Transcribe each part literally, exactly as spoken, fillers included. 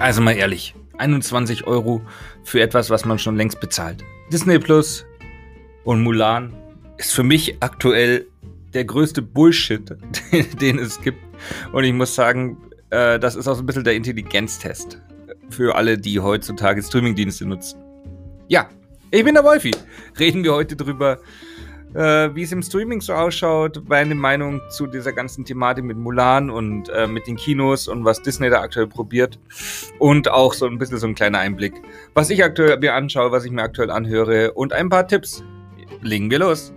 Also mal ehrlich, einundzwanzig Euro für etwas, was man schon längst bezahlt. Disney Plus und Mulan ist für mich aktuell der größte Bullshit, den, den es gibt. Und ich muss sagen, äh, das ist auch so ein bisschen der Intelligenztest für alle, die heutzutage Streamingdienste nutzen. Ja, ich bin der Wolfi. Reden wir heute drüber, äh, wie es im Streaming so ausschaut, meine Meinung zu dieser ganzen Thematik mit Mulan und äh, mit den Kinos und was Disney da aktuell probiert und auch so ein bisschen so ein kleiner Einblick, was ich aktuell mir anschaue, was ich mir aktuell anhöre und ein paar Tipps. Legen wir los.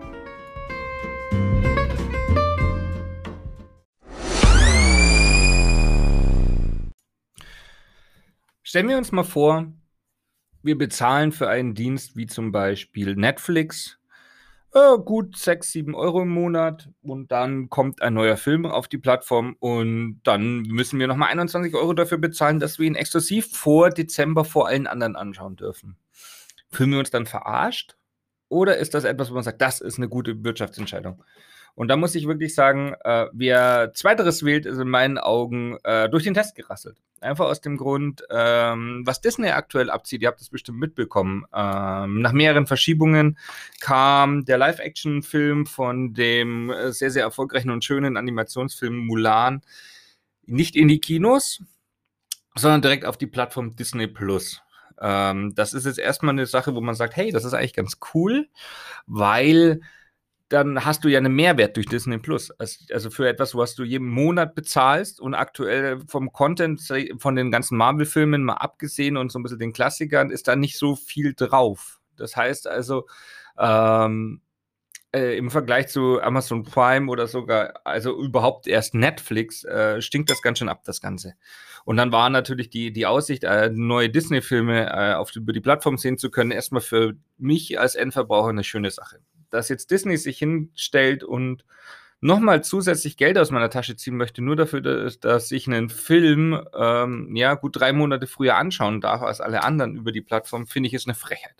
Stellen wir uns mal vor, wir bezahlen für einen Dienst wie zum Beispiel Netflix äh, gut sechs, sieben Euro im Monat und dann kommt ein neuer Film auf die Plattform und dann müssen wir nochmal einundzwanzig Euro dafür bezahlen, dass wir ihn exklusiv vor Dezember vor allen anderen anschauen dürfen. Fühlen wir uns dann verarscht oder ist das etwas, wo man sagt, das ist eine gute Wirtschaftsentscheidung? Und da muss ich wirklich sagen, äh, wer Zweiteres wählt, ist in meinen Augen äh, durch den Test gerasselt. Einfach aus dem Grund, ähm, was Disney aktuell abzieht, ihr habt es bestimmt mitbekommen. Ähm, nach mehreren Verschiebungen kam der Live-Action-Film von dem äh, sehr, sehr erfolgreichen und schönen Animationsfilm Mulan nicht in die Kinos, sondern direkt auf die Plattform Disney Plus. Ähm, das ist jetzt erstmal eine Sache, wo man sagt, hey, das ist eigentlich ganz cool, weil dann hast du ja einen Mehrwert durch Disney Plus. Also für etwas, was du jeden Monat bezahlst und aktuell vom Content, von den ganzen Marvel-Filmen mal abgesehen und so ein bisschen den Klassikern, ist da nicht so viel drauf. Das heißt also, ähm, äh, im Vergleich zu Amazon Prime oder sogar, also überhaupt erst Netflix, äh, stinkt das ganz schön ab, das Ganze. Und dann war natürlich die, die Aussicht, äh, neue Disney-Filme äh, auf, über die Plattform sehen zu können, erstmal für mich als Endverbraucher eine schöne Sache. Dass jetzt Disney sich hinstellt und nochmal zusätzlich Geld aus meiner Tasche ziehen möchte, nur dafür, dass, dass ich einen Film ähm, ja gut drei Monate früher anschauen darf als alle anderen über die Plattform, finde ich, ist eine Frechheit.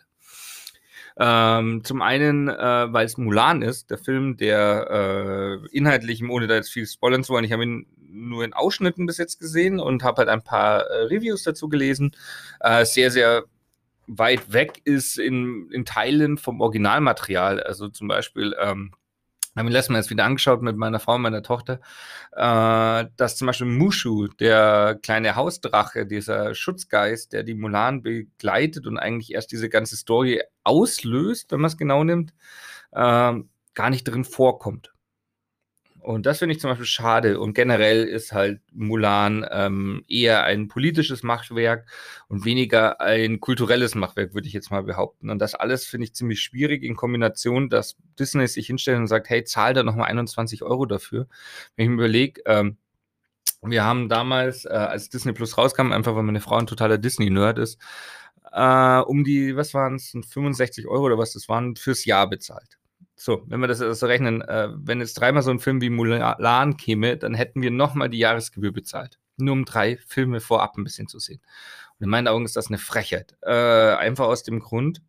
Ähm, zum einen, äh, weil es Mulan ist, der Film, der äh, inhaltlich, ohne da jetzt viel spoilern zu wollen, ich habe ihn nur in Ausschnitten bis jetzt gesehen und habe halt ein paar äh, Reviews dazu gelesen, äh, sehr, sehr weit weg ist in, in Teilen vom Originalmaterial. Also zum Beispiel, ähm, haben wir letztes Mal jetzt wieder angeschaut mit meiner Frau und meiner Tochter, äh, dass zum Beispiel Mushu, der kleine Hausdrache, dieser Schutzgeist, der die Mulan begleitet und eigentlich erst diese ganze Story auslöst, wenn man es genau nimmt, äh, gar nicht drin vorkommt. Und das finde ich zum Beispiel schade. Und generell ist halt Mulan ähm, eher ein politisches Machwerk und weniger ein kulturelles Machwerk, würde ich jetzt mal behaupten. Und das alles finde ich ziemlich schwierig in Kombination, dass Disney sich hinstellt und sagt, hey, zahl da nochmal einundzwanzig Euro dafür. Wenn ich mir überlege, ähm, wir haben damals, äh, als Disney Plus rauskam, einfach weil meine Frau ein totaler Disney-Nerd ist, äh, um die, was waren es, fünfundsechzig Euro oder was das waren, fürs Jahr bezahlt. So, wenn wir das also rechnen, äh, wenn jetzt dreimal so ein Film wie Mulan käme, dann hätten wir nochmal die Jahresgebühr bezahlt. Nur um drei Filme vorab ein bisschen zu sehen. Und in meinen Augen ist das eine Frechheit. Äh, einfach aus dem Grund,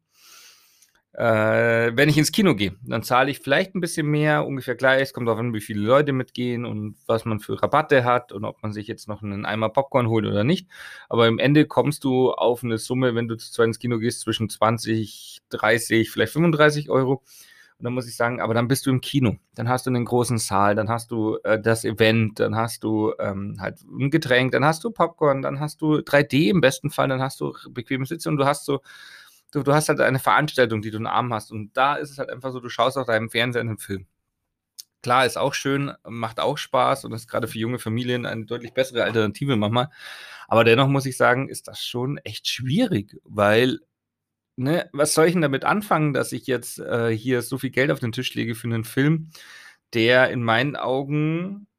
äh, wenn ich ins Kino gehe, dann zahle ich vielleicht ein bisschen mehr, ungefähr gleich. Es kommt darauf an, wie viele Leute mitgehen und was man für Rabatte hat und ob man sich jetzt noch einen Eimer Popcorn holt oder nicht. Aber im Ende kommst du auf eine Summe, wenn du zu zweit ins Kino gehst, zwischen zwanzig, dreißig, vielleicht fünfunddreißig Euro. Und dann muss ich sagen, aber dann bist du im Kino. Dann hast du einen großen Saal, dann hast du äh, das Event, dann hast du ähm, halt ein Getränk, dann hast du Popcorn, dann hast du drei D im besten Fall, dann hast du bequeme Sitze und du hast so, du, du hast halt eine Veranstaltung, die du einen Abend hast. Und da ist es halt einfach so, du schaust auf deinem Fernseher einen Film. Klar, ist auch schön, macht auch Spaß und ist gerade für junge Familien eine deutlich bessere Alternative manchmal. Aber dennoch muss ich sagen, ist das schon echt schwierig, weil Ne, was soll ich denn damit anfangen, dass ich jetzt äh, hier so viel Geld auf den Tisch lege für einen Film, der in meinen Augen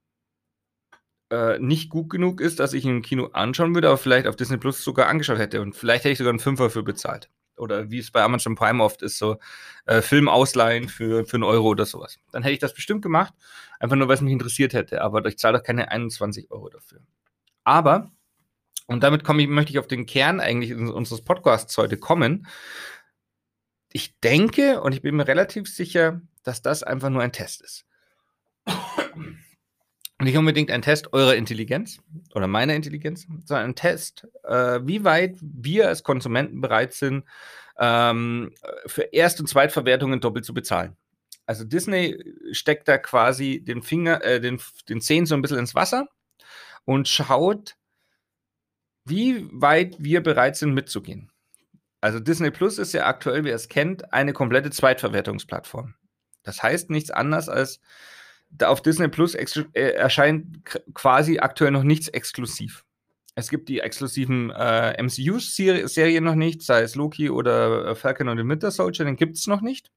äh, nicht gut genug ist, dass ich ihn im Kino anschauen würde, aber vielleicht auf Disney Plus sogar angeschaut hätte und vielleicht hätte ich sogar einen Fünfer für bezahlt. Oder wie es bei Amazon Prime oft ist, so äh, Film ausleihen für, für einen Euro oder sowas. Dann hätte ich das bestimmt gemacht, einfach nur, weil es mich interessiert hätte. Aber ich zahle doch keine einundzwanzig Euro dafür. Aber Und damit komme ich, möchte ich auf den Kern eigentlich unseres Podcasts heute kommen. Ich denke und ich bin mir relativ sicher, dass das einfach nur ein Test ist. nicht unbedingt ein Test eurer Intelligenz oder meiner Intelligenz, sondern ein Test, äh, wie weit wir als Konsumenten bereit sind, ähm, für Erst- und Zweitverwertungen doppelt zu bezahlen. Also Disney steckt da quasi den Finger, äh, den, den Zehen so ein bisschen ins Wasser und schaut, wie weit wir bereit sind mitzugehen. Also Disney Plus ist ja aktuell, wer es kennt, eine komplette Zweitverwertungsplattform. Das heißt nichts anderes als, da auf Disney Plus äh, erscheint quasi aktuell noch nichts exklusiv. Es gibt die exklusiven äh, M C U-Serien noch nicht, sei es Loki oder äh, Falcon und the Winter Soldier, den gibt es noch nicht.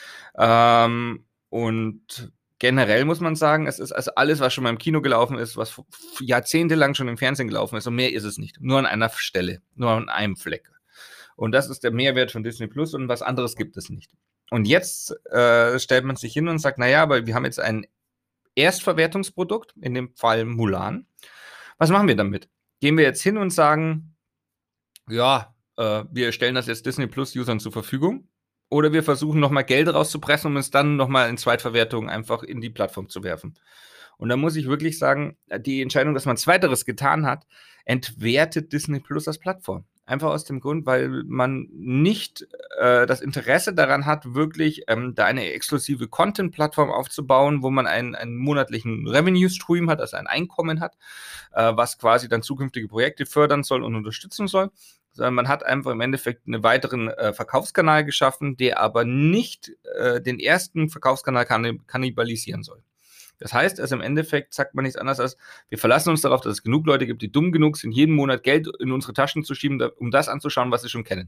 Ähm, und generell muss man sagen, es ist also alles, was schon mal im Kino gelaufen ist, was jahrzehntelang schon im Fernsehen gelaufen ist, und mehr ist es nicht. Nur an einer Stelle, nur an einem Fleck. Und das ist der Mehrwert von Disney Plus, und was anderes gibt es nicht. Und jetzt äh, stellt man sich hin und sagt, naja, aber wir haben jetzt ein Erstverwertungsprodukt, in dem Fall Mulan. Was machen wir damit? Gehen wir jetzt hin und sagen, ja, äh, wir stellen das jetzt Disney Plus-Usern zur Verfügung, oder wir versuchen nochmal Geld rauszupressen, um es dann nochmal in Zweitverwertung einfach in die Plattform zu werfen. Und da muss ich wirklich sagen, die Entscheidung, dass man Zweiteres getan hat, entwertet Disney Plus als Plattform. Einfach aus dem Grund, weil man nicht äh, das Interesse daran hat, wirklich ähm, da eine exklusive Content-Plattform aufzubauen, wo man einen, einen monatlichen Revenue-Stream hat, also ein Einkommen hat, äh, was quasi dann zukünftige Projekte fördern soll und unterstützen soll. Sondern man hat einfach im Endeffekt einen weiteren äh, Verkaufskanal geschaffen, der aber nicht äh, den ersten Verkaufskanal kann, kannibalisieren soll. Das heißt, also im Endeffekt sagt man nichts anderes als, wir verlassen uns darauf, dass es genug Leute gibt, die dumm genug sind, jeden Monat Geld in unsere Taschen zu schieben, um das anzuschauen, was sie schon kennen.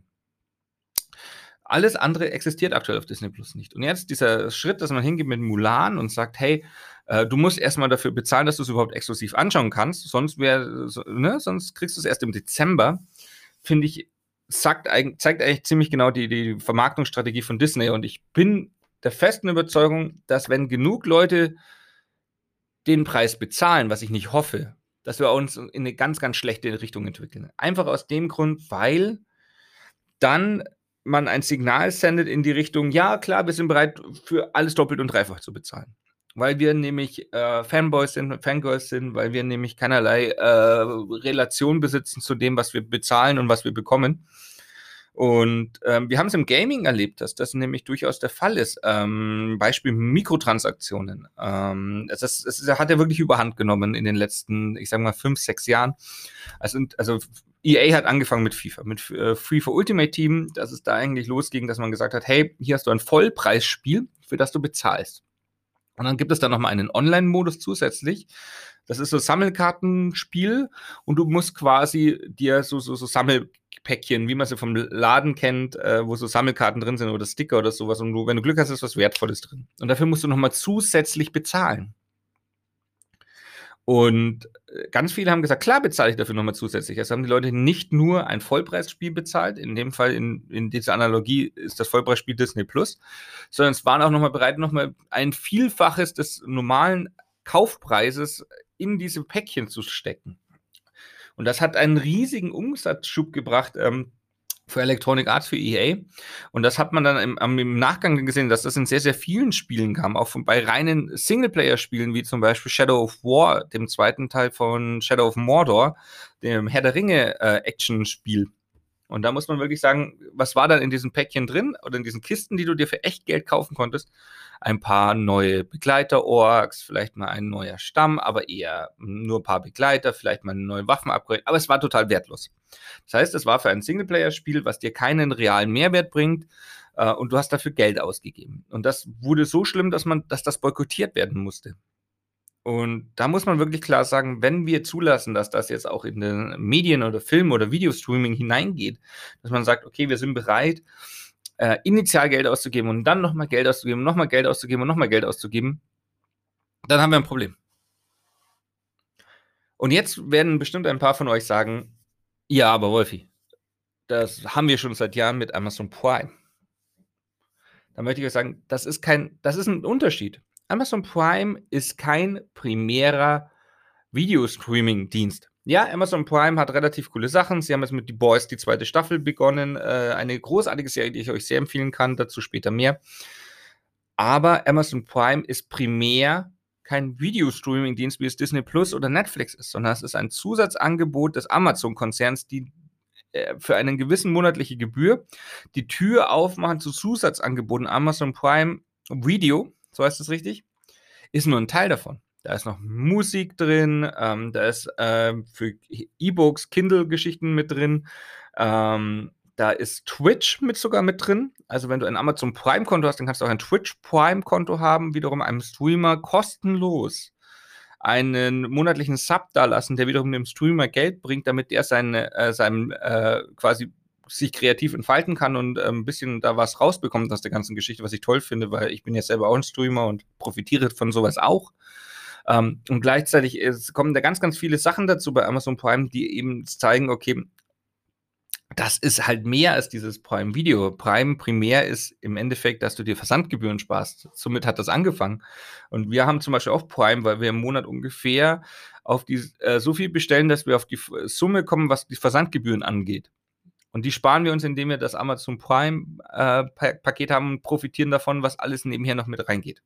Alles andere existiert aktuell auf Disney Plus nicht. Und jetzt dieser Schritt, dass man hingeht mit Mulan und sagt, hey, äh, du musst erstmal dafür bezahlen, dass du es überhaupt exklusiv anschauen kannst, sonst, wär, ne, sonst kriegst du es erst im Dezember, finde ich, sagt, zeigt eigentlich ziemlich genau die, die Vermarktungsstrategie von Disney. Und ich bin der festen Überzeugung, dass wenn genug Leute den Preis bezahlen, was ich nicht hoffe, dass wir uns in eine ganz, ganz schlechte Richtung entwickeln. Einfach aus dem Grund, weil dann man ein Signal sendet in die Richtung, ja klar, wir sind bereit, für alles doppelt und dreifach zu bezahlen. Weil wir nämlich äh, Fanboys sind, Fangirls sind, weil wir nämlich keinerlei äh, Relation besitzen zu dem, was wir bezahlen und was wir bekommen. Und ähm, wir haben es im Gaming erlebt, dass das nämlich durchaus der Fall ist. Ähm, Beispiel Mikrotransaktionen. Ähm, es, ist, es hat ja wirklich Überhand genommen in den letzten, ich sag mal, fünf, sechs Jahren. Also, also E A hat angefangen mit FIFA, mit äh, FIFA Ultimate Team, dass es da eigentlich losging, dass man gesagt hat, hey, hier hast du ein Vollpreisspiel, für das du bezahlst. Und dann gibt es da nochmal einen Online-Modus zusätzlich. Das ist so Sammelkartenspiel, und du musst quasi dir so, so, so Sammelpäckchen, wie man sie vom Laden kennt, äh, wo so Sammelkarten drin sind oder Sticker oder sowas, und du, wenn du Glück hast, ist was Wertvolles drin. Und dafür musst du nochmal zusätzlich bezahlen. Und ganz viele haben gesagt, klar bezahle ich dafür nochmal zusätzlich. Es haben die Leute nicht nur ein Vollpreisspiel bezahlt, in dem Fall, in, in dieser Analogie ist das Vollpreisspiel Disney Plus, sondern es waren auch nochmal bereit, nochmal ein Vielfaches des normalen Kaufpreises in diese Päckchen zu stecken. Und das hat einen riesigen Umsatzschub gebracht, ähm, für Electronic Arts, für E A. Und das hat man dann im, im Nachgang gesehen, dass das in sehr, sehr vielen Spielen kam. Auch von, bei reinen Singleplayer-Spielen, wie zum Beispiel Shadow of War, dem zweiten Teil von Shadow of Mordor, dem Herr der Ringe-Action-Spiel. Und da muss man wirklich sagen, was war dann in diesen Päckchen drin oder in diesen Kisten, die du dir für echt Geld kaufen konntest? Ein paar neue Begleiter-Orks, vielleicht mal ein neuer Stamm, aber eher nur ein paar Begleiter, vielleicht mal eine neue Waffen-Upgrade. Aber es war total wertlos. Das heißt, es war für ein Singleplayer-Spiel, was dir keinen realen Mehrwert bringt, äh, und du hast dafür Geld ausgegeben. Und das wurde so schlimm, dass man, dass das boykottiert werden musste. Und da muss man wirklich klar sagen, wenn wir zulassen, dass das jetzt auch in den Medien oder Film- oder Videostreaming hineingeht, dass man sagt, okay, wir sind bereit, äh, initial Geld auszugeben und dann nochmal Geld auszugeben, nochmal Geld auszugeben und nochmal Geld auszugeben, dann haben wir ein Problem. Und jetzt werden bestimmt ein paar von euch sagen, ja, aber Wolfi, das haben wir schon seit Jahren mit Amazon Prime. Da möchte ich euch sagen, das ist kein, das ist ein Unterschied. Amazon Prime ist kein primärer Videostreaming-Dienst. Ja, Amazon Prime hat relativ coole Sachen. Sie haben jetzt mit The Boys die zweite Staffel begonnen. Äh, eine großartige Serie, die ich euch sehr empfehlen kann. Dazu später mehr. Aber Amazon Prime ist primär kein Videostreaming-Dienst, wie es Disney Plus oder Netflix ist, sondern es ist ein Zusatzangebot des Amazon-Konzerns, die äh, für eine gewisse monatliche Gebühr die Tür aufmachen zu Zusatzangeboten. Amazon Prime Video, so heißt es richtig, ist nur ein Teil davon. Da ist noch Musik drin, ähm, da ist äh, für E-Books, Kindle-Geschichten mit drin, ähm, da ist Twitch mit sogar mit drin. Also wenn du ein Amazon Prime-Konto hast, dann kannst du auch ein Twitch Prime-Konto haben, wiederum einem Streamer kostenlos einen monatlichen Sub da lassen, der wiederum dem Streamer Geld bringt, damit der seine, äh, seinem äh, quasi sich kreativ entfalten kann und äh, ein bisschen da was rausbekommt aus der ganzen Geschichte, was ich toll finde, weil ich bin ja selber auch ein Streamer und profitiere von sowas auch. Ähm, und gleichzeitig ist, kommen da ganz, ganz viele Sachen dazu bei Amazon Prime, die eben zeigen, okay, das ist halt mehr als dieses Prime Video. Prime primär ist im Endeffekt, dass du dir Versandgebühren sparst. Somit hat das angefangen. Und wir haben zum Beispiel auch Prime, weil wir im Monat ungefähr auf die, äh, so viel bestellen, dass wir auf die Summe kommen, was die Versandgebühren angeht. Und die sparen wir uns, indem wir das Amazon Prime äh, Paket haben und profitieren davon, was alles nebenher noch mit reingeht.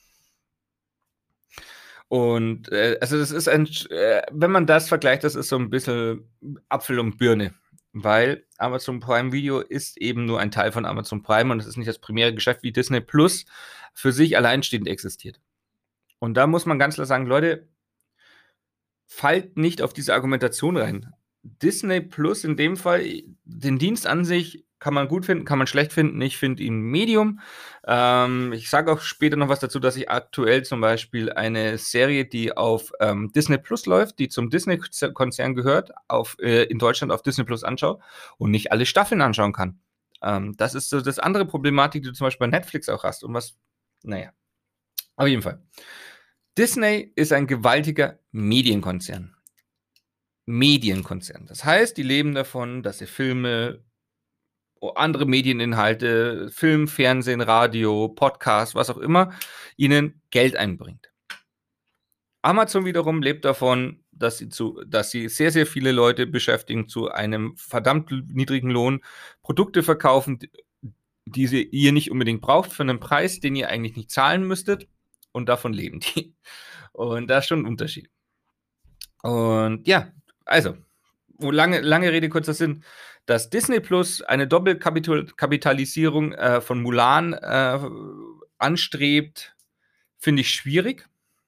Und äh, also das ist ein, äh, wenn man das vergleicht, das ist so ein bisschen Apfel und Birne. Weil Amazon Prime Video ist eben nur ein Teil von Amazon Prime und es ist nicht das primäre Geschäft wie Disney Plus für sich alleinstehend existiert. Und da muss man ganz klar sagen, Leute, fallt nicht auf diese Argumentation rein. Disney Plus in dem Fall, den Dienst an sich kann man gut finden, kann man schlecht finden. Ich finde ihn Medium. Ähm, ich sage auch später noch was dazu, dass ich aktuell zum Beispiel eine Serie, die auf ähm, Disney Plus läuft, die zum Disney-Konzern gehört, auf, äh, in Deutschland auf Disney Plus anschaue und nicht alle Staffeln anschauen kann. Ähm, das ist so das andere Problematik, die du zum Beispiel bei Netflix auch hast. Und was, naja, auf jeden Fall. Disney ist ein gewaltiger Medienkonzern. Medienkonzern. Das heißt, die leben davon, dass sie Filme, andere Medieninhalte, Film, Fernsehen, Radio, Podcast, was auch immer, ihnen Geld einbringt. Amazon wiederum lebt davon, dass sie, zu, dass sie sehr, sehr viele Leute beschäftigen, zu einem verdammt niedrigen Lohn Produkte verkaufen, die sie, ihr nicht unbedingt braucht, für einen Preis, den ihr eigentlich nicht zahlen müsstet. Und davon leben die. Und da ist schon ein Unterschied. Und ja, also, lange, lange Rede, kurzer Sinn. Dass Disney Plus eine Doppelkapitalisierung äh, von Mulan äh, anstrebt, finde ich schwierig,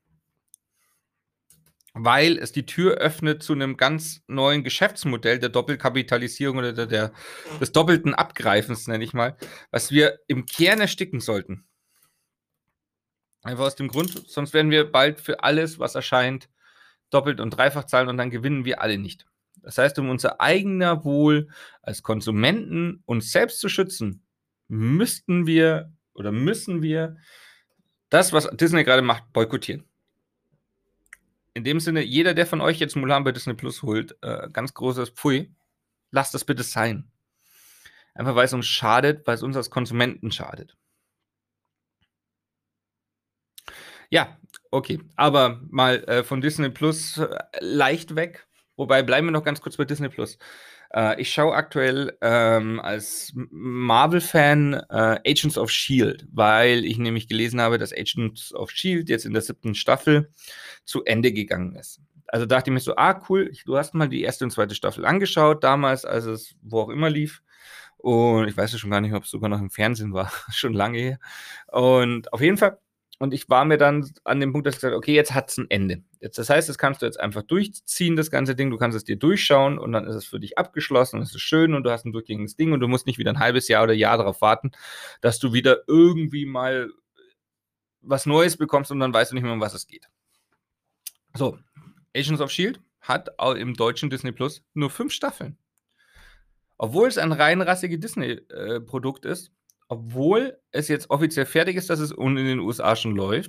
weil es die Tür öffnet zu einem ganz neuen Geschäftsmodell der Doppelkapitalisierung oder der, der, des doppelten Abgreifens, nenne ich mal, was wir im Kern ersticken sollten. Einfach aus dem Grund, sonst werden wir bald für alles, was erscheint, doppelt und dreifach zahlen und dann gewinnen wir alle nicht. Das heißt, um unser eigener Wohl als Konsumenten uns selbst zu schützen, müssten wir oder müssen wir das, was Disney gerade macht, boykottieren. In dem Sinne, jeder, der von euch jetzt Mulan bei Disney Plus holt, äh, ganz großes Pfui, lasst das bitte sein. Einfach weil es uns schadet, weil es uns als Konsumenten schadet. Ja, okay, aber mal äh, von Disney Plus äh, leicht weg. Wobei, bleiben wir noch ganz kurz bei Disney Plus. Äh, ich schaue aktuell ähm, als Marvel-Fan äh, Agents of S H I E L D, weil ich nämlich gelesen habe, dass Agents of S H I E L D jetzt in der siebten Staffel zu Ende gegangen ist. Also dachte ich mir so, ah cool, du hast mal die erste und zweite Staffel angeschaut, damals, als es wo auch immer lief. Und ich weiß ja schon gar nicht, ob es sogar noch im Fernsehen war, schon lange her. Und auf jeden Fall, und ich war mir dann an dem Punkt, dass ich gesagt habe, okay, jetzt hat es ein Ende. Jetzt, das heißt, das kannst du jetzt einfach durchziehen, das ganze Ding. Du kannst es dir durchschauen und dann ist es für dich abgeschlossen und es ist schön und du hast ein durchgängiges Ding und du musst nicht wieder ein halbes Jahr oder Jahr darauf warten, dass du wieder irgendwie mal was Neues bekommst und dann weißt du nicht mehr, um was es geht. So, Agents of S H I E L D hat auch im deutschen Disney Plus nur fünf Staffeln. Obwohl es ein reinrassiges Disney-Produkt äh, ist, obwohl es jetzt offiziell fertig ist, dass es in den U S A schon läuft,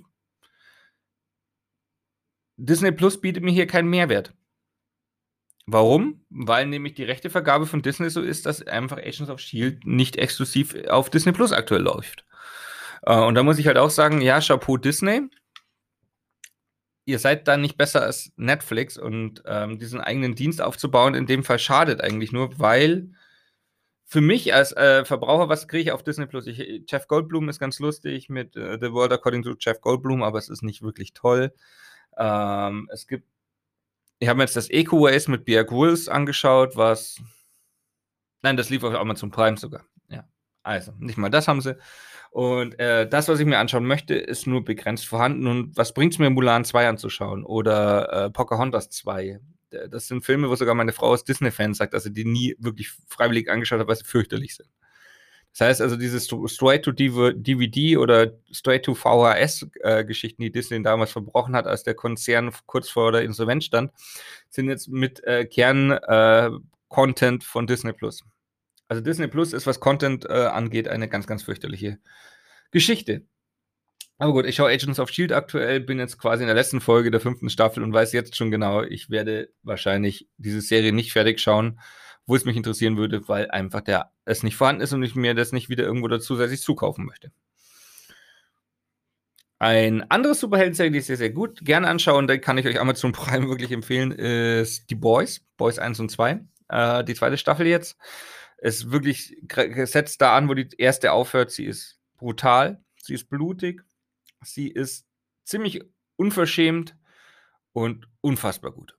Disney Plus bietet mir hier keinen Mehrwert. Warum? Weil nämlich die Rechtevergabe von Disney so ist, dass einfach Agents of S H I E L D nicht exklusiv auf Disney Plus aktuell läuft. Äh, und da muss ich halt auch sagen, ja, Chapeau Disney. Ihr seid da nicht besser als Netflix und ähm, diesen eigenen Dienst aufzubauen, in dem Fall schadet eigentlich nur, weil für mich als äh, Verbraucher, was kriege ich auf Disney Plus? Ich, Jeff Goldblum ist ganz lustig mit äh, The World According to Jeff Goldblum, aber es ist nicht wirklich toll. Ähm, es gibt, ich habe mir jetzt das Equays mit Bear Grylls angeschaut, was, nein, das lief auf Amazon Prime sogar. Ja, also nicht mal das haben sie. Und äh, das, was ich mir anschauen möchte, ist nur begrenzt vorhanden. Und was bringt es mir, Mulan zwei anzuschauen oder äh, Pocahontas zwei? Das sind Filme, wo sogar meine Frau als Disney-Fan sagt, dass sie die nie wirklich freiwillig angeschaut hat, weil sie fürchterlich sind. Das heißt also, diese Straight-to-D V D oder Straight-to-V H S-Geschichten, äh, die Disney damals verbrochen hat, als der Konzern kurz vor der Insolvenz stand, sind jetzt mit äh, Kern-Content äh, von Disney Plus. Also Disney Plus ist, was Content äh, angeht, eine ganz, ganz fürchterliche Geschichte. Aber gut, ich schaue Agents of S H I E L D aktuell, bin jetzt quasi in der letzten Folge der fünften Staffel und weiß jetzt schon genau, ich werde wahrscheinlich diese Serie nicht fertig schauen, wo es mich interessieren würde, weil einfach der es nicht vorhanden ist und ich mir das nicht wieder irgendwo dazu zusätzlich zukaufen möchte. Ein anderes Superhelden-Serie, die ich sehr, sehr gut gerne anschaue, und da kann ich euch Amazon Prime wirklich empfehlen, ist Die Boys, Boys eins und zwei. Äh, die zweite Staffel jetzt. Es wirklich setzt da an, wo die erste aufhört. Sie ist brutal, sie ist blutig, sie ist ziemlich unverschämt und unfassbar gut.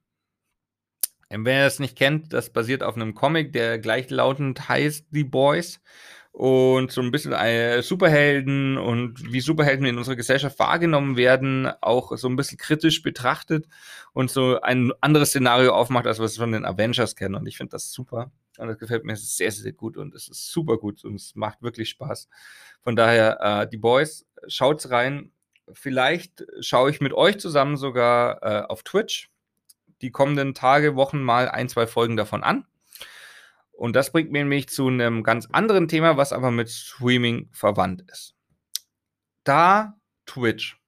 Wer es nicht kennt, das basiert auf einem Comic, der gleichlautend heißt The Boys und so ein bisschen äh, Superhelden und wie Superhelden in unserer Gesellschaft wahrgenommen werden, auch so ein bisschen kritisch betrachtet und so ein anderes Szenario aufmacht, als wir es von den Avengers kennen. Und ich finde das super. Und das gefällt mir sehr, sehr gut und es ist super gut und es macht wirklich Spaß. Von daher, äh, die Boys, schaut's rein. Vielleicht schaue ich mit euch zusammen sogar äh, auf Twitch die kommenden Tage, Wochen mal ein, zwei Folgen davon an. Und das bringt mich nämlich zu einem ganz anderen Thema, was aber mit Streaming verwandt ist. Da Twitch,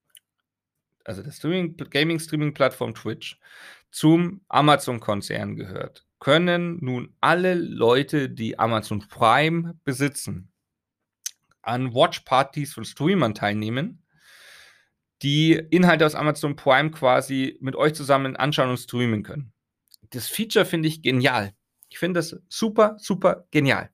also der Streaming, Gaming-Streaming-Plattform Twitch, zum Amazon-Konzern gehört, können nun alle Leute, die Amazon Prime besitzen, an Watch-Partys von Streamern teilnehmen, die Inhalte aus Amazon Prime quasi mit euch zusammen anschauen und streamen können. Das Feature finde ich genial. Ich finde das super, super genial.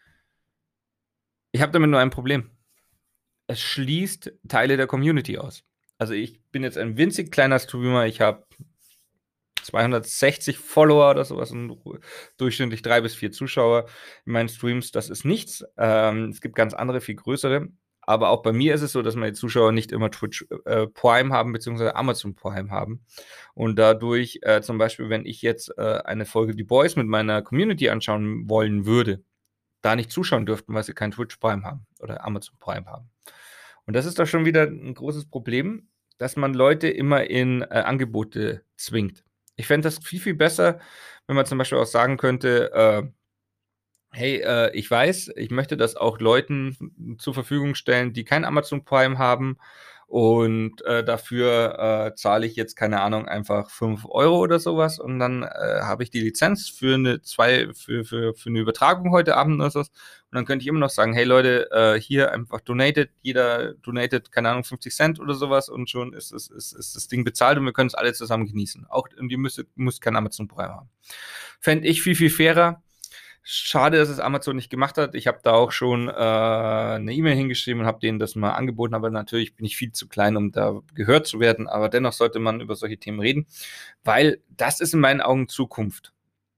Ich habe damit nur ein Problem. Es schließt Teile der Community aus. Also ich bin jetzt ein winzig kleiner Streamer. Ich habe zweihundertsechzig Follower oder sowas und durchschnittlich drei bis vier Zuschauer in meinen Streams. Das ist nichts. Ähm, es gibt ganz andere, viel größere. Aber auch bei mir ist es so, dass meine Zuschauer nicht immer Twitch äh, Prime haben, beziehungsweise Amazon Prime haben. Und dadurch, äh, zum Beispiel, wenn ich jetzt äh, eine Folge Die Boys mit meiner Community anschauen wollen würde, da nicht zuschauen dürften, weil sie kein Twitch Prime haben oder Amazon Prime haben. Und das ist doch schon wieder ein großes Problem, dass man Leute immer in äh, Angebote zwingt. Ich fände das viel, viel besser, wenn man zum Beispiel auch sagen könnte, äh, hey, äh, ich weiß, ich möchte das auch Leuten zur Verfügung stellen, die kein Amazon Prime haben und äh, dafür äh, zahle ich jetzt, keine Ahnung, einfach fünf Euro oder sowas und dann äh, habe ich die Lizenz für eine, zwei, für, für, für eine Übertragung heute Abend oder so. Und dann könnte ich immer noch sagen, hey Leute, äh, hier einfach donated, jeder donated, keine Ahnung, fünfzig Cent oder sowas und schon ist, ist, ist, ist das Ding bezahlt und wir können es alle zusammen genießen. Auch, und ihr müsst, müsst kein Amazon Prime haben. Fände ich viel, viel fairer. Schade, dass es Amazon nicht gemacht hat. Ich habe da auch schon äh, eine E-Mail hingeschrieben und habe denen das mal angeboten, aber natürlich bin ich viel zu klein, um da gehört zu werden. Aber dennoch sollte man über solche Themen reden, weil das ist in meinen Augen Zukunft.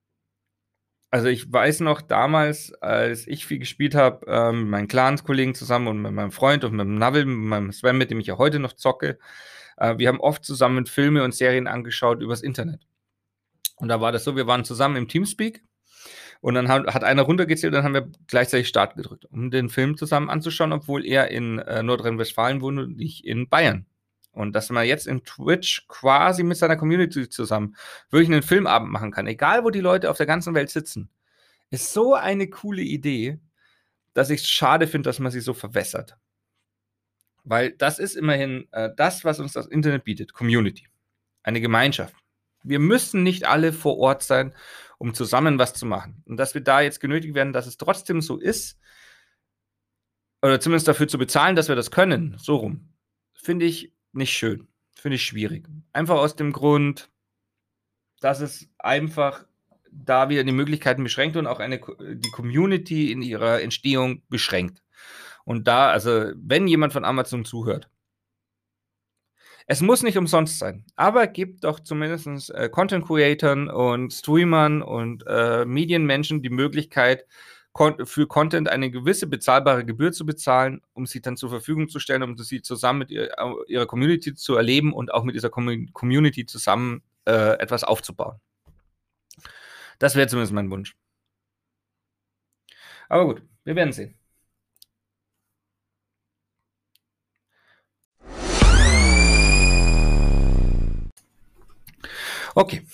Also ich weiß noch damals, als ich viel gespielt habe, äh, mit meinen Clans-Kollegen zusammen und mit meinem Freund und mit dem Navel, mit meinem Sven, mit dem ich ja heute noch zocke, äh, wir haben oft zusammen Filme und Serien angeschaut übers Internet. Und da war das so, wir waren zusammen im Teamspeak. Und dann hat, hat einer runtergezählt und dann haben wir gleichzeitig Start gedrückt, um den Film zusammen anzuschauen, obwohl er in äh, Nordrhein-Westfalen wohnt und ich in Bayern. Und dass man jetzt in Twitch quasi mit seiner Community zusammen wirklich einen Filmabend machen kann, egal wo die Leute auf der ganzen Welt sitzen, ist so eine coole Idee, dass ich es schade finde, dass man sie so verwässert. Weil das ist immerhin äh, das, was uns das Internet bietet, Community, eine Gemeinschaft. Wir müssen nicht alle vor Ort sein, um zusammen was zu machen. Und dass wir da jetzt genötigt werden, dass es trotzdem so ist, oder zumindest dafür zu bezahlen, dass wir das können, so rum, finde ich nicht schön. Finde ich schwierig. Einfach aus dem Grund, dass es einfach da wieder die Möglichkeiten beschränkt und auch eine, die Community in ihrer Entstehung beschränkt. Und da, also wenn jemand von Amazon zuhört, es muss nicht umsonst sein, aber gebt doch zumindest äh, Content-Creatern und Streamern und äh, Medienmenschen die Möglichkeit, kon für Content eine gewisse bezahlbare Gebühr zu bezahlen, um sie dann zur Verfügung zu stellen, um sie zusammen mit ihr, ihrer Community zu erleben und auch mit dieser Com Community zusammen äh, etwas aufzubauen. Das wäre zumindest mein Wunsch. Aber gut, wir werden sehen. Okay.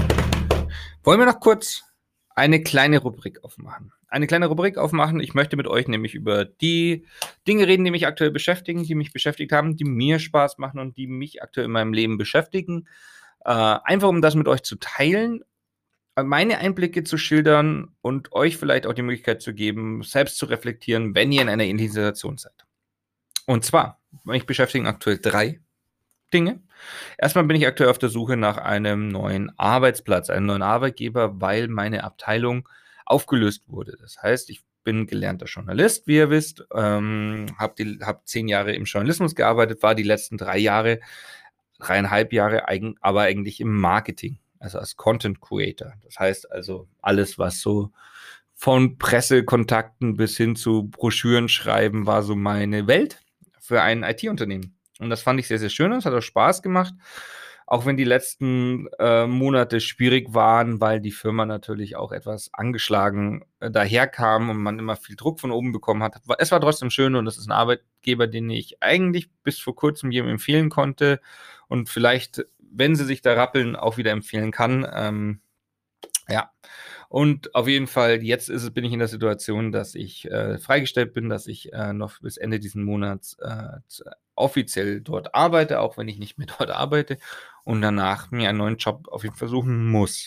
Wollen wir noch kurz eine kleine Rubrik aufmachen? Eine kleine Rubrik aufmachen. Ich möchte mit euch nämlich über die Dinge reden, die mich aktuell beschäftigen, die mich beschäftigt haben, die mir Spaß machen und die mich aktuell in meinem Leben beschäftigen. Äh, einfach um das mit euch zu teilen, meine Einblicke zu schildern und euch vielleicht auch die Möglichkeit zu geben, selbst zu reflektieren, wenn ihr in einer ähnlichen Situation seid. Und zwar, mich beschäftigen aktuell drei Dinge. Erstmal bin ich aktuell auf der Suche nach einem neuen Arbeitsplatz, einem neuen Arbeitgeber, weil meine Abteilung aufgelöst wurde. Das heißt, ich bin gelernter Journalist, wie ihr wisst, ähm, habe hab zehn Jahre im Journalismus gearbeitet, war die letzten drei Jahre, dreieinhalb Jahre eigen, aber eigentlich im Marketing, also als Content Creator. Das heißt also alles, was so von Pressekontakten bis hin zu Broschüren schreiben, war so meine Welt für ein I T-Unternehmen. Und das fand ich sehr, sehr schön und es hat auch Spaß gemacht. Auch wenn die letzten äh, Monate schwierig waren, weil die Firma natürlich auch etwas angeschlagen äh, daherkam und man immer viel Druck von oben bekommen hat. Es war trotzdem schön und es ist ein Arbeitgeber, den ich eigentlich bis vor kurzem jedem empfehlen konnte und vielleicht, wenn sie sich da rappeln, auch wieder empfehlen kann. Ähm, ja. Und auf jeden Fall, jetzt ist es, bin ich in der Situation, dass ich äh, freigestellt bin, dass ich äh, noch bis Ende diesen Monats äh, offiziell dort arbeite, auch wenn ich nicht mehr dort arbeite und danach mir einen neuen Job auf jeden Fall suchen muss.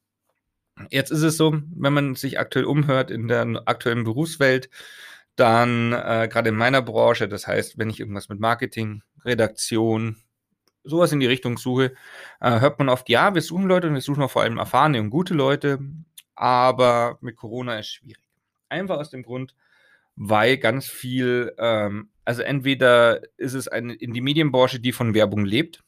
Jetzt ist es so, wenn man sich aktuell umhört in der aktuellen Berufswelt, dann äh, gerade in meiner Branche, das heißt, wenn ich irgendwas mit Marketing, Redaktion, sowas in die Richtung suche, äh, hört man oft, ja, wir suchen Leute und wir suchen auch vor allem erfahrene und gute Leute, aber mit Corona ist schwierig. Einfach aus dem Grund, weil ganz viel, ähm, also entweder ist es eine, in die Medienbranche, die von Werbung lebt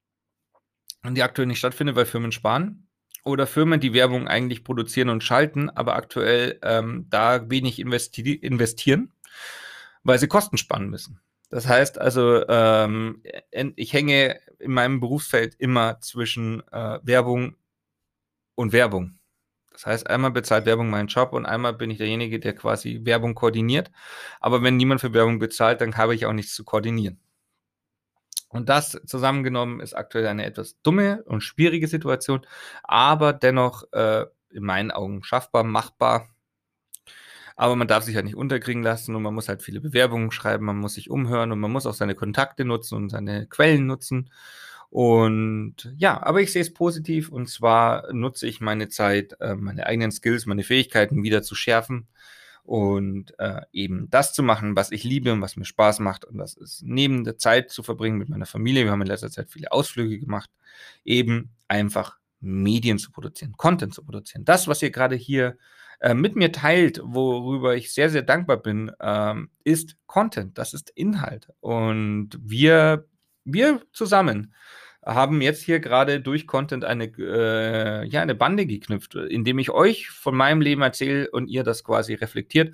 und die aktuell nicht stattfindet, weil Firmen sparen, oder Firmen, die Werbung eigentlich produzieren und schalten, aber aktuell ähm, da wenig investi investieren, weil sie Kosten sparen müssen. Das heißt also, ähm, ich hänge in meinem Berufsfeld immer zwischen äh, Werbung und Werbung. Das heißt, einmal bezahlt Werbung meinen Job und einmal bin ich derjenige, der quasi Werbung koordiniert. Aber wenn niemand für Werbung bezahlt, dann habe ich auch nichts zu koordinieren. Und das zusammengenommen ist aktuell eine etwas dumme und schwierige Situation, aber dennoch äh, in meinen Augen schaffbar, machbar. Aber man darf sich halt nicht unterkriegen lassen und man muss halt viele Bewerbungen schreiben, man muss sich umhören und man muss auch seine Kontakte nutzen und seine Quellen nutzen. Und ja, aber ich sehe es positiv und zwar nutze ich meine Zeit, äh, meine eigenen Skills, meine Fähigkeiten wieder zu schärfen und äh, eben das zu machen, was ich liebe und was mir Spaß macht. Und das ist neben der Zeit zu verbringen mit meiner Familie. Wir haben in letzter Zeit viele Ausflüge gemacht, eben einfach Medien zu produzieren, Content zu produzieren. Das, was ihr gerade hier äh, mit mir teilt, worüber ich sehr, sehr dankbar bin, ähm, ist Content, das ist Inhalt. Und wir, wir zusammen haben jetzt hier gerade durch Content eine, äh, ja, eine Bande geknüpft, indem ich euch von meinem Leben erzähle und ihr das quasi reflektiert.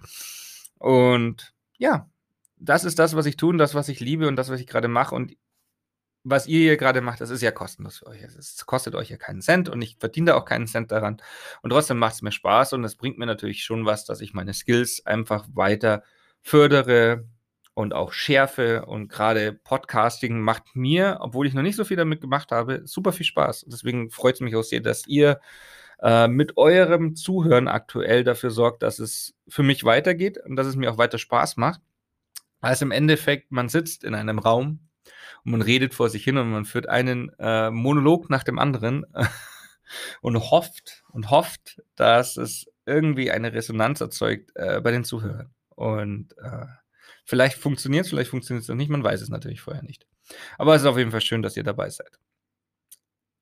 Und ja, das ist das, was ich tue und das, was ich liebe und das, was ich gerade mache. Und was ihr hier gerade macht, das ist ja kostenlos für euch. Es kostet euch ja keinen Cent und ich verdiene da auch keinen Cent daran. Und trotzdem macht es mir Spaß und es bringt mir natürlich schon was, dass ich meine Skills einfach weiter fördere und auch schärfe. Und gerade Podcasting macht mir, obwohl ich noch nicht so viel damit gemacht habe, super viel Spaß. Deswegen freut es mich auch sehr, dass ihr äh, mit eurem Zuhören aktuell dafür sorgt, dass es für mich weitergeht und dass es mir auch weiter Spaß macht. Also im Endeffekt, man sitzt in einem Raum und man redet vor sich hin und man führt einen äh, Monolog nach dem anderen und hofft und hofft, dass es irgendwie eine Resonanz erzeugt äh, bei den Zuhörern. Und äh, vielleicht funktioniert es, vielleicht funktioniert es auch nicht, man weiß es natürlich vorher nicht. Aber es ist auf jeden Fall schön, dass ihr dabei seid.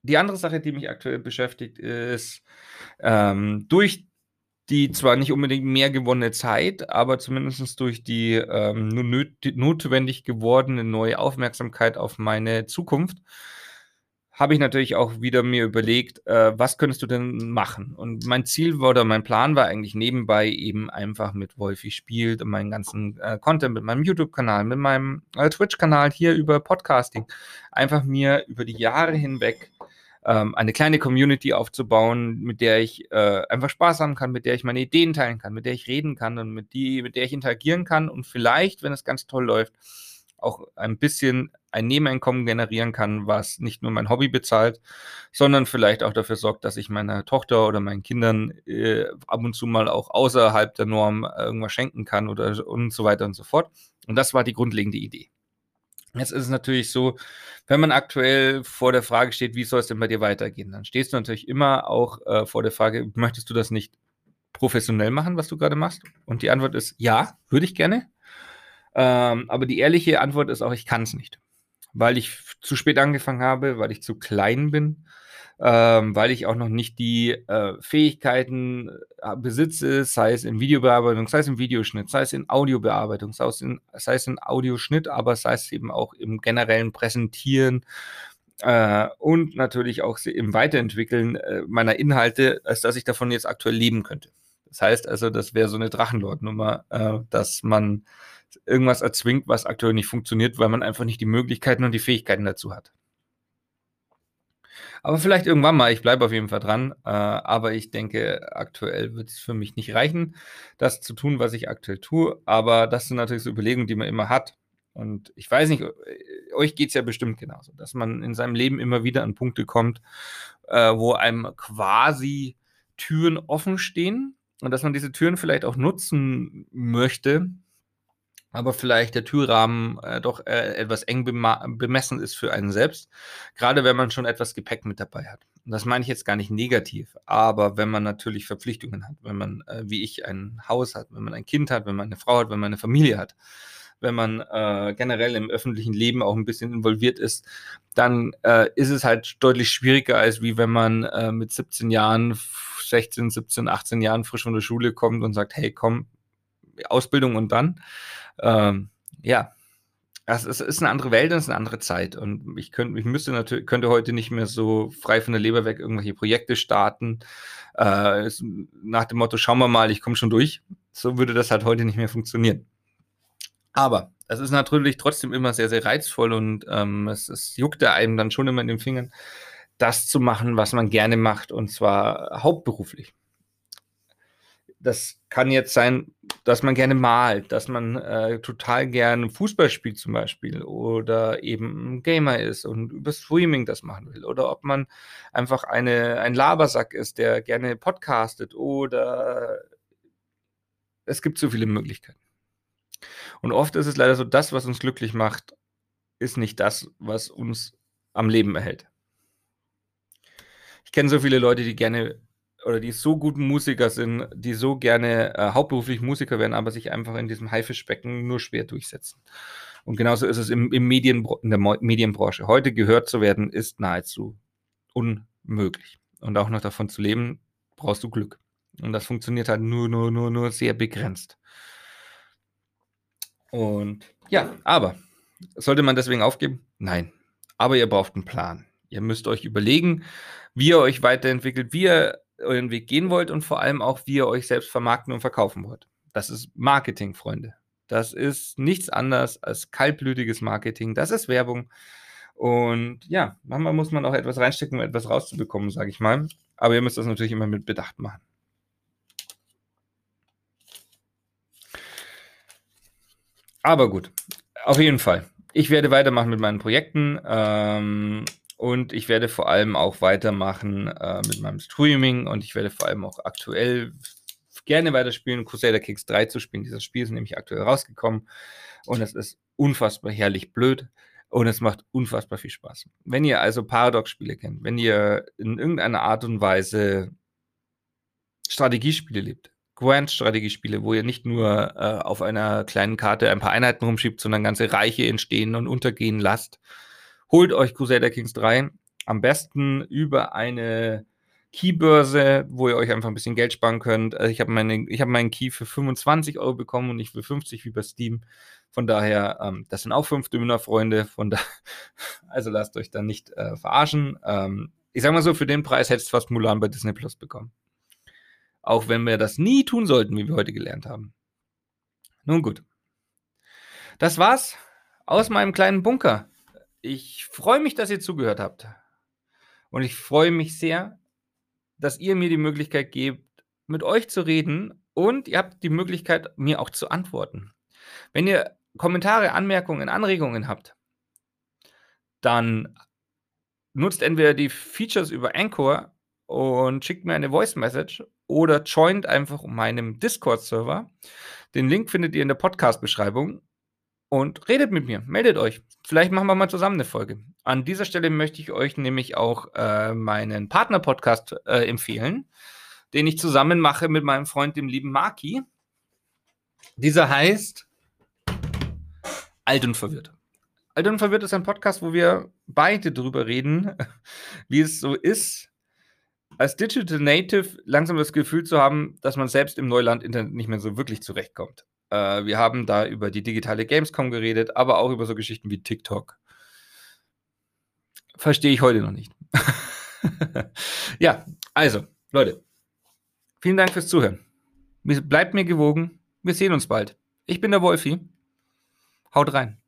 die andere Sache, die mich aktuell beschäftigt, ist, ähm, durch die zwar nicht unbedingt mehr gewonnene Zeit, aber zumindest durch die ähm, nur nöt notwendig gewordene neue Aufmerksamkeit auf meine Zukunft, habe ich natürlich auch wieder mir überlegt, äh, was könntest du denn machen? Und mein Ziel war oder mein Plan war eigentlich nebenbei eben einfach mit Wolfi spielt und meinen ganzen äh, Content, mit meinem YouTube-Kanal, mit meinem äh, Twitch-Kanal hier über Podcasting, einfach mir über die Jahre hinweg ähm, eine kleine Community aufzubauen, mit der ich äh, einfach Spaß haben kann, mit der ich meine Ideen teilen kann, mit der ich reden kann und mit, die, mit der ich interagieren kann und vielleicht, wenn es ganz toll läuft, auch ein bisschen ein Nebeneinkommen generieren kann, was nicht nur mein Hobby bezahlt, sondern vielleicht auch dafür sorgt, dass ich meiner Tochter oder meinen Kindern äh, ab und zu mal auch außerhalb der Norm irgendwas schenken kann oder und so weiter und so fort. Und das war die grundlegende Idee. Jetzt ist es natürlich so, wenn man aktuell vor der Frage steht, wie soll es denn bei dir weitergehen, dann stehst du natürlich immer auch äh, vor der Frage, möchtest du das nicht professionell machen, was du gerade machst? Und die Antwort ist ja, würde ich gerne. Ähm, aber die ehrliche Antwort ist auch, ich kann es nicht. Weil ich zu spät angefangen habe, weil ich zu klein bin, ähm, weil ich auch noch nicht die äh, Fähigkeiten äh, besitze, sei es in Videobearbeitung, sei es im Videoschnitt, sei es in Audiobearbeitung, sei es in, sei es in Audioschnitt, aber sei es eben auch im generellen Präsentieren äh, und natürlich auch im Weiterentwickeln äh, meiner Inhalte, als dass ich davon jetzt aktuell leben könnte. Das heißt also, das wäre so eine Drachenlord-Nummer, äh, dass man irgendwas erzwingt, was aktuell nicht funktioniert, weil man einfach nicht die Möglichkeiten und die Fähigkeiten dazu hat. Aber vielleicht irgendwann mal, ich bleibe auf jeden Fall dran, äh, aber ich denke, aktuell wird es für mich nicht reichen, das zu tun, was ich aktuell tue, aber das sind natürlich so Überlegungen, die man immer hat. Und ich weiß nicht, euch geht es ja bestimmt genauso, dass man in seinem Leben immer wieder an Punkte kommt, äh, wo einem quasi Türen offen stehen und dass man diese Türen vielleicht auch nutzen möchte, aber vielleicht der Türrahmen äh, doch äh, etwas eng bemessen ist für einen selbst, gerade wenn man schon etwas Gepäck mit dabei hat. Und das meine ich jetzt gar nicht negativ, aber wenn man natürlich Verpflichtungen hat, wenn man, äh, wie ich, ein Haus hat, wenn man ein Kind hat, wenn man eine Frau hat, wenn man eine Familie hat, wenn man äh, generell im öffentlichen Leben auch ein bisschen involviert ist, dann äh, ist es halt deutlich schwieriger, als wie wenn man äh, mit siebzehn Jahren, sechzehn, siebzehn, achtzehn Jahren frisch von der Schule kommt und sagt, hey, komm, Ausbildung und dann. Ähm, ja, also es ist eine andere Welt und es ist eine andere Zeit. Und ich könnte, ich müsste natürlich, könnte heute nicht mehr so frei von der Leber weg irgendwelche Projekte starten. Äh, es, nach dem Motto, schauen wir mal, ich komme schon durch. So würde das halt heute nicht mehr funktionieren. Aber es ist natürlich trotzdem immer sehr, sehr reizvoll und ähm, es, es juckt einem dann schon immer in den Fingern, das zu machen, was man gerne macht, und zwar hauptberuflich. Das kann jetzt sein, dass man gerne malt, dass man äh, total gerne Fußball spielt zum Beispiel oder eben ein Gamer ist und über Streaming das machen will oder ob man einfach eine, ein Labersack ist, der gerne podcastet oder es gibt so viele Möglichkeiten. Und oft ist es leider so, das, was uns glücklich macht, ist nicht das, was uns am Leben erhält. Ich kenne so viele Leute, die gerne oder die so gut Musiker sind, die so gerne äh, hauptberuflich Musiker werden, aber sich einfach in diesem Haifischbecken nur schwer durchsetzen. Und genauso ist es im, im Medien, in der Mo Medienbranche. Heute gehört zu werden, ist nahezu unmöglich. Und auch noch davon zu leben, brauchst du Glück. Und das funktioniert halt nur, nur, nur, nur sehr begrenzt. Und ja, aber sollte man deswegen aufgeben? Nein. Aber ihr braucht einen Plan. Ihr müsst euch überlegen, wie ihr euch weiterentwickelt, wie ihr euren Weg gehen wollt und vor allem auch, wie ihr euch selbst vermarkten und verkaufen wollt. Das ist Marketing, Freunde. Das ist nichts anderes als kaltblütiges Marketing. Das ist Werbung. Und ja, manchmal muss man auch etwas reinstecken, um etwas rauszubekommen, sage ich mal. Aber ihr müsst das natürlich immer mit Bedacht machen. Aber gut, auf jeden Fall. Ich werde weitermachen mit meinen Projekten ähm, und ich werde vor allem auch weitermachen äh, mit meinem Streaming und ich werde vor allem auch aktuell gerne weiterspielen, Crusader Kings drei zu spielen. Dieses Spiel ist nämlich aktuell rausgekommen und es ist unfassbar herrlich blöd und es macht unfassbar viel Spaß. Wenn ihr also Paradox-Spiele kennt, wenn ihr in irgendeiner Art und Weise Strategiespiele lebt, Grand-Strategiespiele, wo ihr nicht nur äh, auf einer kleinen Karte ein paar Einheiten rumschiebt, sondern ganze Reiche entstehen und untergehen lasst, holt euch Crusader Kings drei Am besten über eine Keybörse, wo ihr euch einfach ein bisschen Geld sparen könnt. Also ich habe meine, ich habe meinen Key für fünfundzwanzig Euro bekommen und nicht für fünfzig wie bei Steam. Von daher, ähm, das sind auch fünf Döner-Freunde. Von da, also lasst euch da nicht äh, verarschen. Ähm, ich sag mal so, für den Preis hättest du fast Mulan bei Disney Plus bekommen. Auch wenn wir das nie tun sollten, wie wir heute gelernt haben. Nun gut. Das war's aus meinem kleinen Bunker. Ich freue mich, dass ihr zugehört habt. Und ich freue mich sehr, dass ihr mir die Möglichkeit gebt, mit euch zu reden und ihr habt die Möglichkeit, mir auch zu antworten. Wenn ihr Kommentare, Anmerkungen, Anregungen habt, dann nutzt entweder die Features über Anchor und schickt mir eine Voice Message oder joint einfach meinem Discord-Server. Den Link findet ihr in der Podcast-Beschreibung und redet mit mir, meldet euch. Vielleicht machen wir mal zusammen eine Folge. An dieser Stelle möchte ich euch nämlich auch äh, meinen Partner-Podcast äh, empfehlen, den ich zusammen mache mit meinem Freund, dem lieben Marki. Dieser heißt Alt und Verwirrt. Alt und Verwirrt ist ein Podcast, wo wir beide drüber reden, wie es so ist, als Digital Native langsam das Gefühl zu haben, dass man selbst im Neuland Internet nicht mehr so wirklich zurechtkommt. Äh, wir haben da über die digitale Gamescom geredet, aber auch über so Geschichten wie TikTok. Verstehe ich heute noch nicht. Ja, also, Leute, vielen Dank fürs Zuhören. Bleibt mir gewogen. Wir sehen uns bald. Ich bin der Wolfi. Haut rein.